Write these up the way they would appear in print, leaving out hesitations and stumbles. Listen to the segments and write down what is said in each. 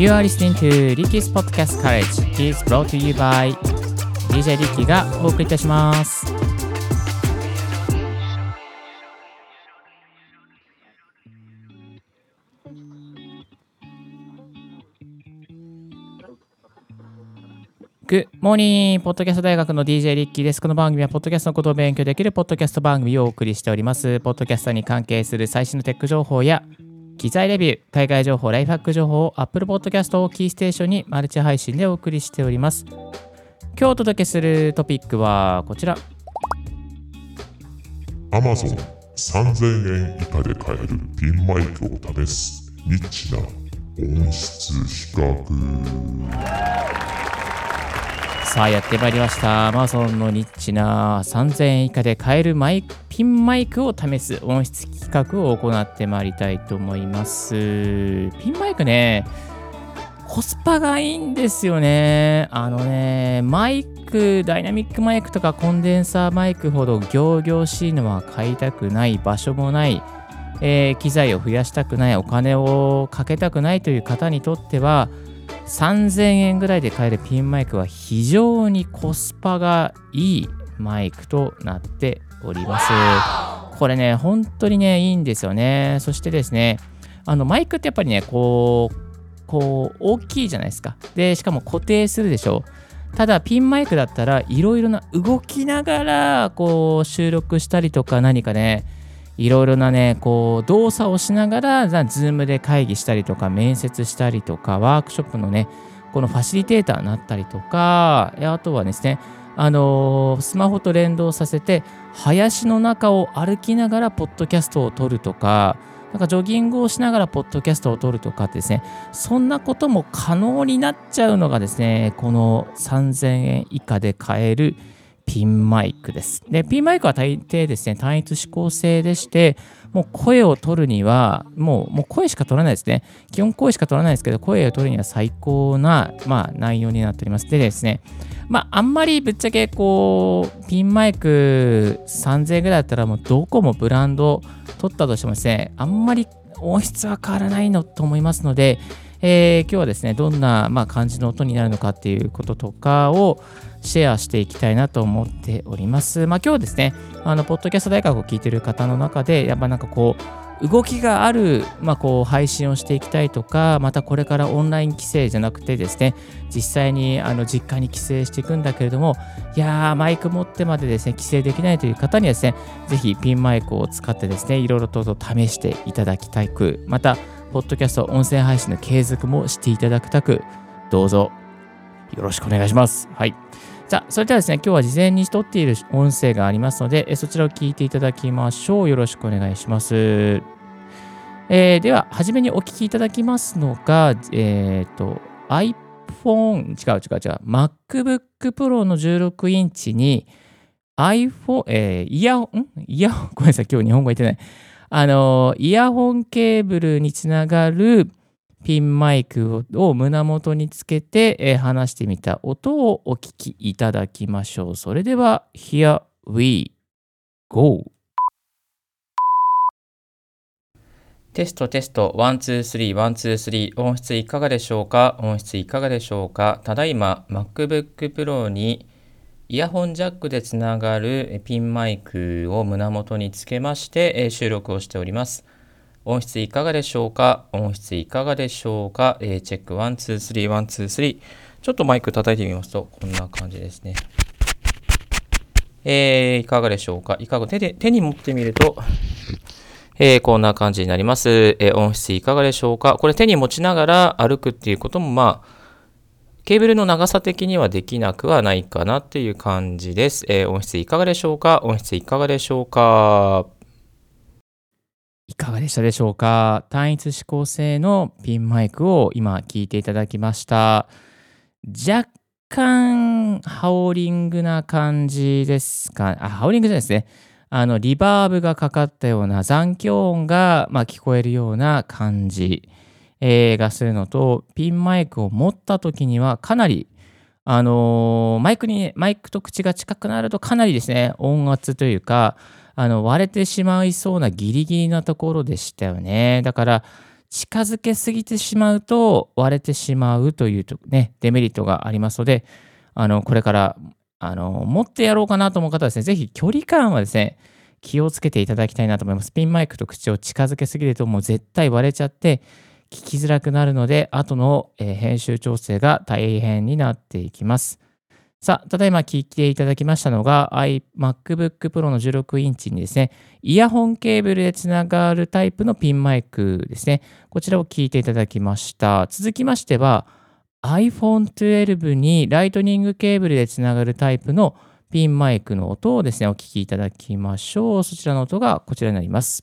You are listening to Ricky's Podcast College. Is brought to you by DJ Ricky がお送りいたします。Good morning! ポッドキャスト大学の DJ リッキーです。この番組はポッドキャストのことを勉強できるポッドキャスト番組をお送りしております。ポッドキャストに関係する最新のテック情報や機材レビュー、海外情報、ライフハック情報を Apple Podcast をキーステーションにマルチ配信でお送りしております。今日お届けするトピックはこちら。 Amazon 3000円以下で買えるピンマイクを試すニッチな音質比較。 さあやってまいりました。 Amazon のニッチな3000円以下で買えるピンマイクを試す音質企画を行ってまいりたいと思います。ピンマイクね、コスパがいいんですよね。マイク、ダイナミックマイクとかコンデンサーマイクほど仰々しいのは買いたくない、場所もない、機材を増やしたくない、お金をかけたくないという方にとっては3000円ぐらいで買えるピンマイクは非常にコスパがいいマイクとなっております。これね、本当にね、いいんですよね。そしてですね、マイクってやっぱりね、こう大きいじゃないですか。で、しかも固定するでしょう。ただ、ピンマイクだったらいろいろな動きながら収録したりとか何かね、いろいろなね、動作をしながら、ズームで会議したりとか、面接したりとか、ワークショップのね、このファシリテーターになったりとか、あとはですね、スマホと連動させて、林の中を歩きながら、ポッドキャストを撮るとか、なんかジョギングをしながら、ポッドキャストを撮るとかってですね、そんなことも可能になっちゃうのがですね、この3000円以下で買える、ピンマイクです。で、ピンマイクは大抵ですね、単一指向性でして、もう声を取るには、もう声しか取らないですね。基本声しか取らないですけど、声を取るには最高な、内容になっております。でですね、あんまりぶっちゃけピンマイク3000円ぐらいだったら、もうどこもブランド取ったとしてもですね、あんまり音質は変わらないのと思いますので、今日はですね、どんな、感じの音になるのかっていうこととかをシェアしていきたいなと思っております。今日ですね、ポッドキャスト大学を聞いている方の中で、やっぱ動きがある、配信をしていきたいとか、またこれからオンライン帰省じゃなくてですね、実際に実家に帰省していくんだけれども、マイク持ってまでですね、帰省できないという方にはですね、ぜひピンマイクを使ってですね、いろいろと試していただきたく、また、ポッドキャスト音声配信の継続もしていただきたく、どうぞよろしくお願いします。はい。じゃあ、それではですね、今日は事前に撮っている音声がありますので、そちらを聞いていただきましょう。よろしくお願いします。では、はじめにお聞きいただきますのが、iPhone、MacBook Pro の16インチに iPhone、イヤホン、ごめんなさい、今日日本語言ってない。イヤホンケーブルにつながるピンマイクを胸元につけて、話してみた音をお聞きいただきましょう。それでは、Here we go。テスト、1、2、3、1、2、3。音質いかがでしょうか？ただいま MacBook Pro にイヤホンジャックでつながるピンマイクを胸元につけまして収録をしております。音質いかがでしょうか？チェック1、2、3、1、2、3。ちょっとマイク叩いてみますと、こんな感じですね。いかがでしょうか？手に持ってみると、こんな感じになります。音質いかがでしょうか？これ手に持ちながら歩くっていうことも、ケーブルの長さ的にはできなくはないかなっていう感じです。音質いかがでしょうか？いかがでしたでしょうか？単一指向性のピンマイクを今聞いていただきました。若干ハウリングな感じですか？ハウリングじゃないですね。リバーブがかかったような残響音が、聞こえるような感じ。がするのと、ピンマイクを持った時にはかなり、マイクと口が近くなるとかなりですね、音圧というか、割れてしまいそうなギリギリなところでしたよね。だから、 近づけすぎてしまうと割れてしまうというね、デメリットがありますので、これから、持ってやろうかなと思う方はですね、ぜひ距離感はですね、気をつけていただきたいなと思います。ピンマイクと口を近づけすぎるともう絶対割れちゃって、聞きづらくなるので、後の、編集調整が大変になっていきます。さあ、ただいま聞いていただきましたのが、MacBook Pro の16インチにですね、イヤホンケーブルでつながるタイプのピンマイクですね。こちらを聞いていただきました。続きましては、iPhone 12にライトニングケーブルでつながるタイプのピンマイクの音をですね、お聞きいただきましょう。そちらの音がこちらになります。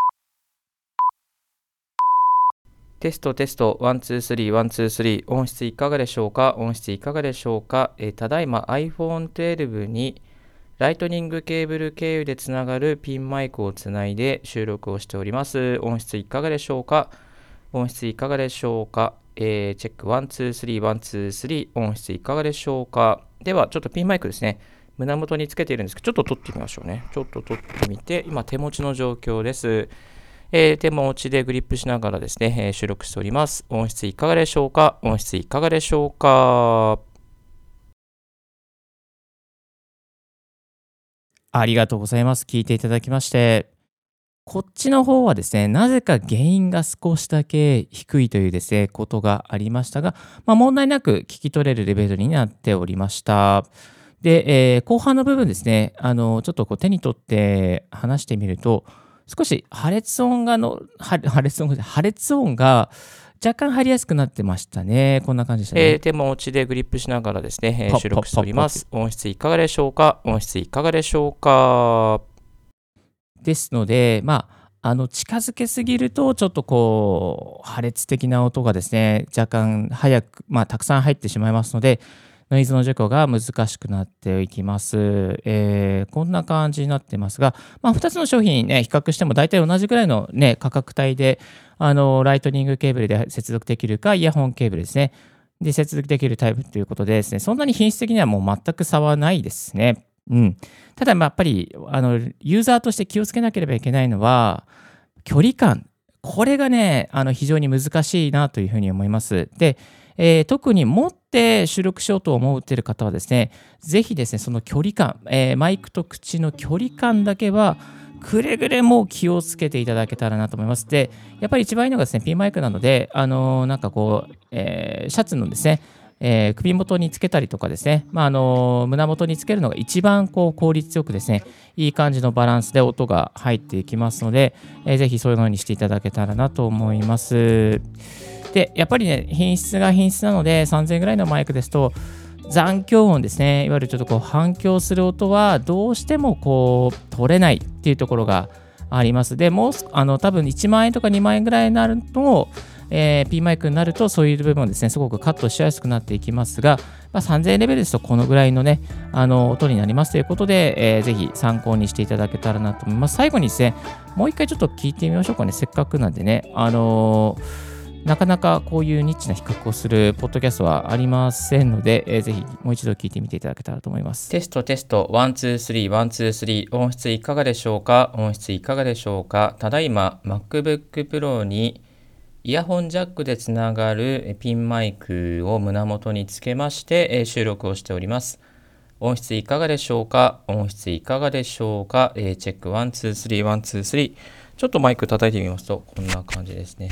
テストテスト、ワンツースリー、ワンツースリー、音質いかがでしょうか？音質いかがでしょうか？ただいま iPhone 12にライトニングケーブル経由でつながるピンマイクをつないで収録をしております。音質いかがでしょうか？音質いかがでしょうか？チェック、ワンツースリー、ワンツースリー、音質いかがでしょうか？では、ちょっとピンマイクですね。胸元につけているんですけど、ちょっと撮ってみましょうね。ちょっと撮ってみて、今手持ちの状況です。手持ちでグリップしながらですね、収録しております。音質いかがでしょうか？音質いかがでしょうか？ありがとうございます。聞いていただきまして。こっちの方はですね、なぜか原因が少しだけ低いというですね、ことがありましたが、問題なく聞き取れるレベルになっておりました。で、後半の部分ですね、ちょっとこう手に取って話してみると、少し破裂音が若干入りやすくなってましたね。こんな感じでしたね。手持ちでグリップしながらですね、収録しております。音質いかがでしょうか？音質いかがでしょうか？ですので、近づけすぎると、ちょっとこう、破裂的な音がですね、若干早く、たくさん入ってしまいますので、ノイズの除去が難しくなっていきます。こんな感じになってますが、2つの商品ね、比較しても大体同じくらいのね、価格帯で、ライトニングケーブルで接続できるか、イヤホンケーブルですね。で、接続できるタイプということでですね、そんなに品質的にはもう全く差はないですね。うん。ただ、やっぱり、ユーザーとして気をつけなければいけないのは、距離感。これがね、非常に難しいなというふうに思います。で、特に持って収録しようと思っている方はですね、ぜひですね、その距離感、マイクと口の距離感だけは、くれぐれも気をつけていただけたらなと思います。で、やっぱり一番いいのがですね、ピンマイクなので、なんかこう、シャツのですね、首元につけたりとかですね、胸元につけるのが一番こう効率よくですね、いい感じのバランスで音が入っていきますので、ぜひそういうのにしていただけたらなと思います。で、やっぱりね、品質が品質なので、3000円ぐらいのマイクですと、残響音ですね、いわゆるちょっとこう反響する音はどうしてもこう取れないっていうところがあります。で、もう多分1万円とか2万円ぐらいになると、P マイクになるとそういう部分をですね、すごくカットしやすくなっていきますが、3000円レベルですとこのぐらいのね、音になりますということで、ぜひ参考にしていただけたらなと思います。最後にですね、もう一回ちょっと聞いてみましょうかね、せっかくなんでね。なかなかこういうニッチな比較をするポッドキャストはありませんので、ぜひもう一度聞いてみていただけたらと思います。テストテスト、ワンツースリー、ワンツースリー、音質いかがでしょうか？音質いかがでしょうか？ただいま MacBook Pro にイヤホンジャックでつながるピンマイクを胸元につけまして収録をしております。音質いかがでしょうか？音質いかがでしょうか？チェック、ワンツースリー、ワンツースリー。ちょっとマイク叩いてみますと、こんな感じですね。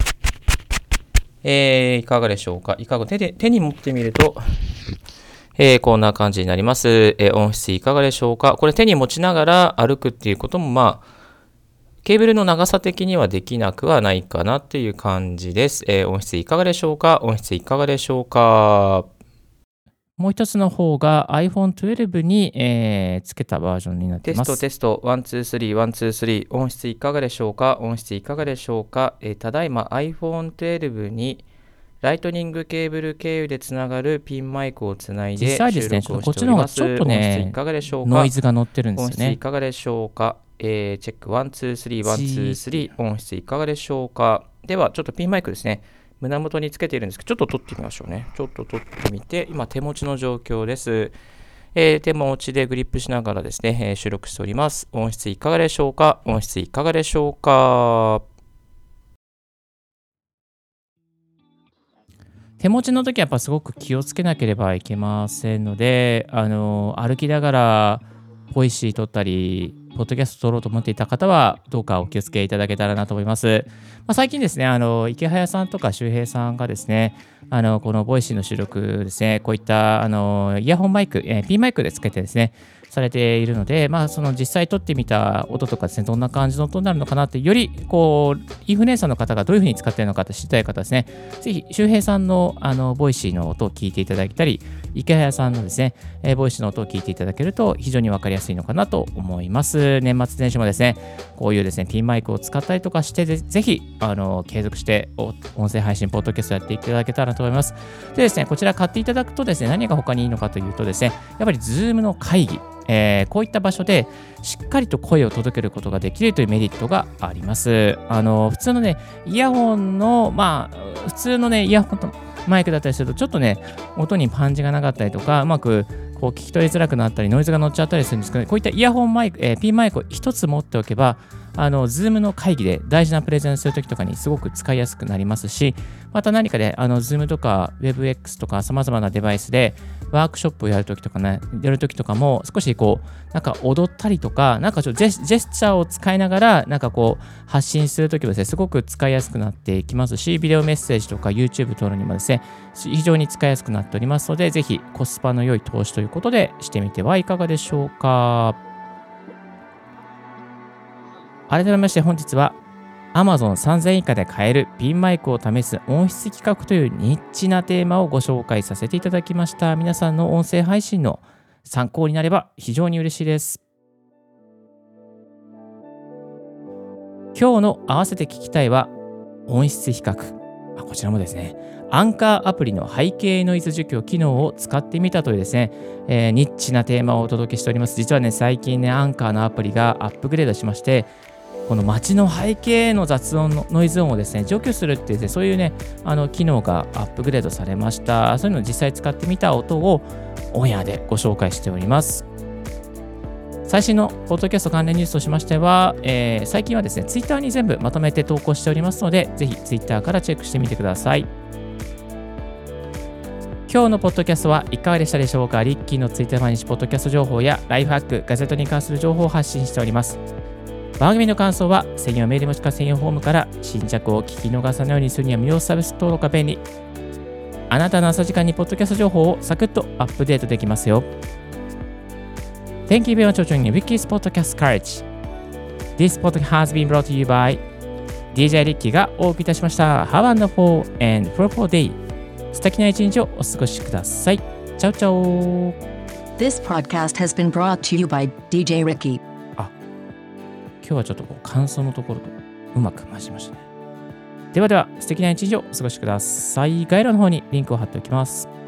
いかがでしょうか？手に持ってみると、こんな感じになります。音質いかがでしょうか？これ手に持ちながら歩くっていうことも、ケーブルの長さ的にはできなくはないかなっていう感じです。音質いかがでしょうか？音質いかがでしょうか？もう一つの方が iPhone 12に、つけたバージョンになっています。テストテスト、ワンツースリー、ワンツースリー、音質いかがでしょうか？音質いかがでしょうか？ただいま iPhone 12にライトニングケーブル経由でつながるピンマイクをつないで収録をしております。こっちの方がちょっとね、ノイズが乗ってるんですよね。音質いかがでしょうか？チェック、ワンツースリー、ワンツースリー、音質いかがでしょうか？では、ちょっとピンマイクですね。胸元につけているんですけど、ちょっと撮ってみましょうね。ちょっと撮ってみて、今手持ちの状況です。手持ちでグリップしながらですね、収録しております。音質いかがでしょうか？音質いかがでしょうか？ 手持ちの時はやっぱすごく気をつけなければいけませんので、歩きながらボイシー撮ったり、ポッドキャスト撮ろうと思っていた方は、どうかお気をつけいただけたらなと思います。最近ですね、池早さんとか周平さんがですね、このボイシーの収録ですね、こういったイヤホンマイク、ピンマイクでつけてですね、されているので、その実際撮ってみた音とかですね、どんな感じの音になるのかなって、よりインフルエンサーの方がどういうふうに使っているのかって知りたい方ですね、ぜひ周平さんのボイシーの音を聞いていただいたり、池早さんのですね、ボイシーの音を聞いていただけると非常に分かりやすいのかなと思います。年末年始もですね、こういうですね、ピンマイクを使ったりとかして、ぜひ継続して音声配信、ポッドキャストやっていただけたらと思います。でですね、こちら買っていただくとですね、何が他にいいのかというとですね、やっぱり Zoom の会議、こういった場所でしっかりと声を届けることができるというメリットがあります。普通のね、イヤホンの、普通のね、イヤホンのマイクだったりすると、ちょっとね、音にパンチがなかったりとか、うまく聞き取りづらくなったり、ノイズが乗っちゃったりするんですけど、こういったイヤホンマイク、ピンマイクを一つ持っておけば、Zoom の会議で大事なプレゼンするときとかにすごく使いやすくなりますし、また何かで、Zoom とか WebX とか様々なデバイスでワークショップをやるときとかね、やるときとかも少しなんか踊ったりとか、なんかちょっとジェスチャーを使いながら、なんか発信するときはですね、すごく使いやすくなってきますし、ビデオメッセージとか YouTube 等にもですね、非常に使いやすくなっておりますので、ぜひコスパの良い投資ということでしてみてはいかがでしょうか。改めまして本日は Amazon 3000円以下で買えるピンマイクを試す音質企画というニッチなテーマをご紹介させていただきました。皆さんの音声配信の参考になれば非常に嬉しいです。今日の合わせて聞きたいは音質比較。こちらもですね、アンカーアプリの背景ノイズ除去機能を使ってみたというですね、ニッチなテーマをお届けしております。実はね、最近ね、アンカーのアプリがアップグレードしまして、この街の背景の雑音のノイズ音をですね、除去するっていう、そういうね、機能がアップグレードされました。そういうのを実際使ってみた音をオンエアでご紹介しております。最新のポッドキャスト関連ニュースとしましては、最近はですね、ツイッターに全部まとめて投稿しておりますので、ぜひツイッターからチェックしてみてください。今日のポッドキャストはいかがでしたでしょうか。リッキーのツイッター毎日ポッドキャスト情報やライフハック、ガジェットに関する情報を発信しております。番組の感想は専用メールもしくは専用フォームから新着を聞き逃さないようにするには無料サービス登録が便利。あなたの朝時間にポッドキャスト情報をサクッとアップデートできますよ。Thank you very much for joining Ricky's Podcast Courage. This podcast has been brought to you by DJ リッキーがお送りいたしました。Have a wonderful and fruitful day. 素敵な一日をお過ごしください。チャオチャオ。 This podcast has been brought to you by DJ Ricky. 今日はちょっと感想のところとうまく混じりましたね。ではでは、素敵な一日をお過ごしください。概要欄の方にリンクを貼っておきます。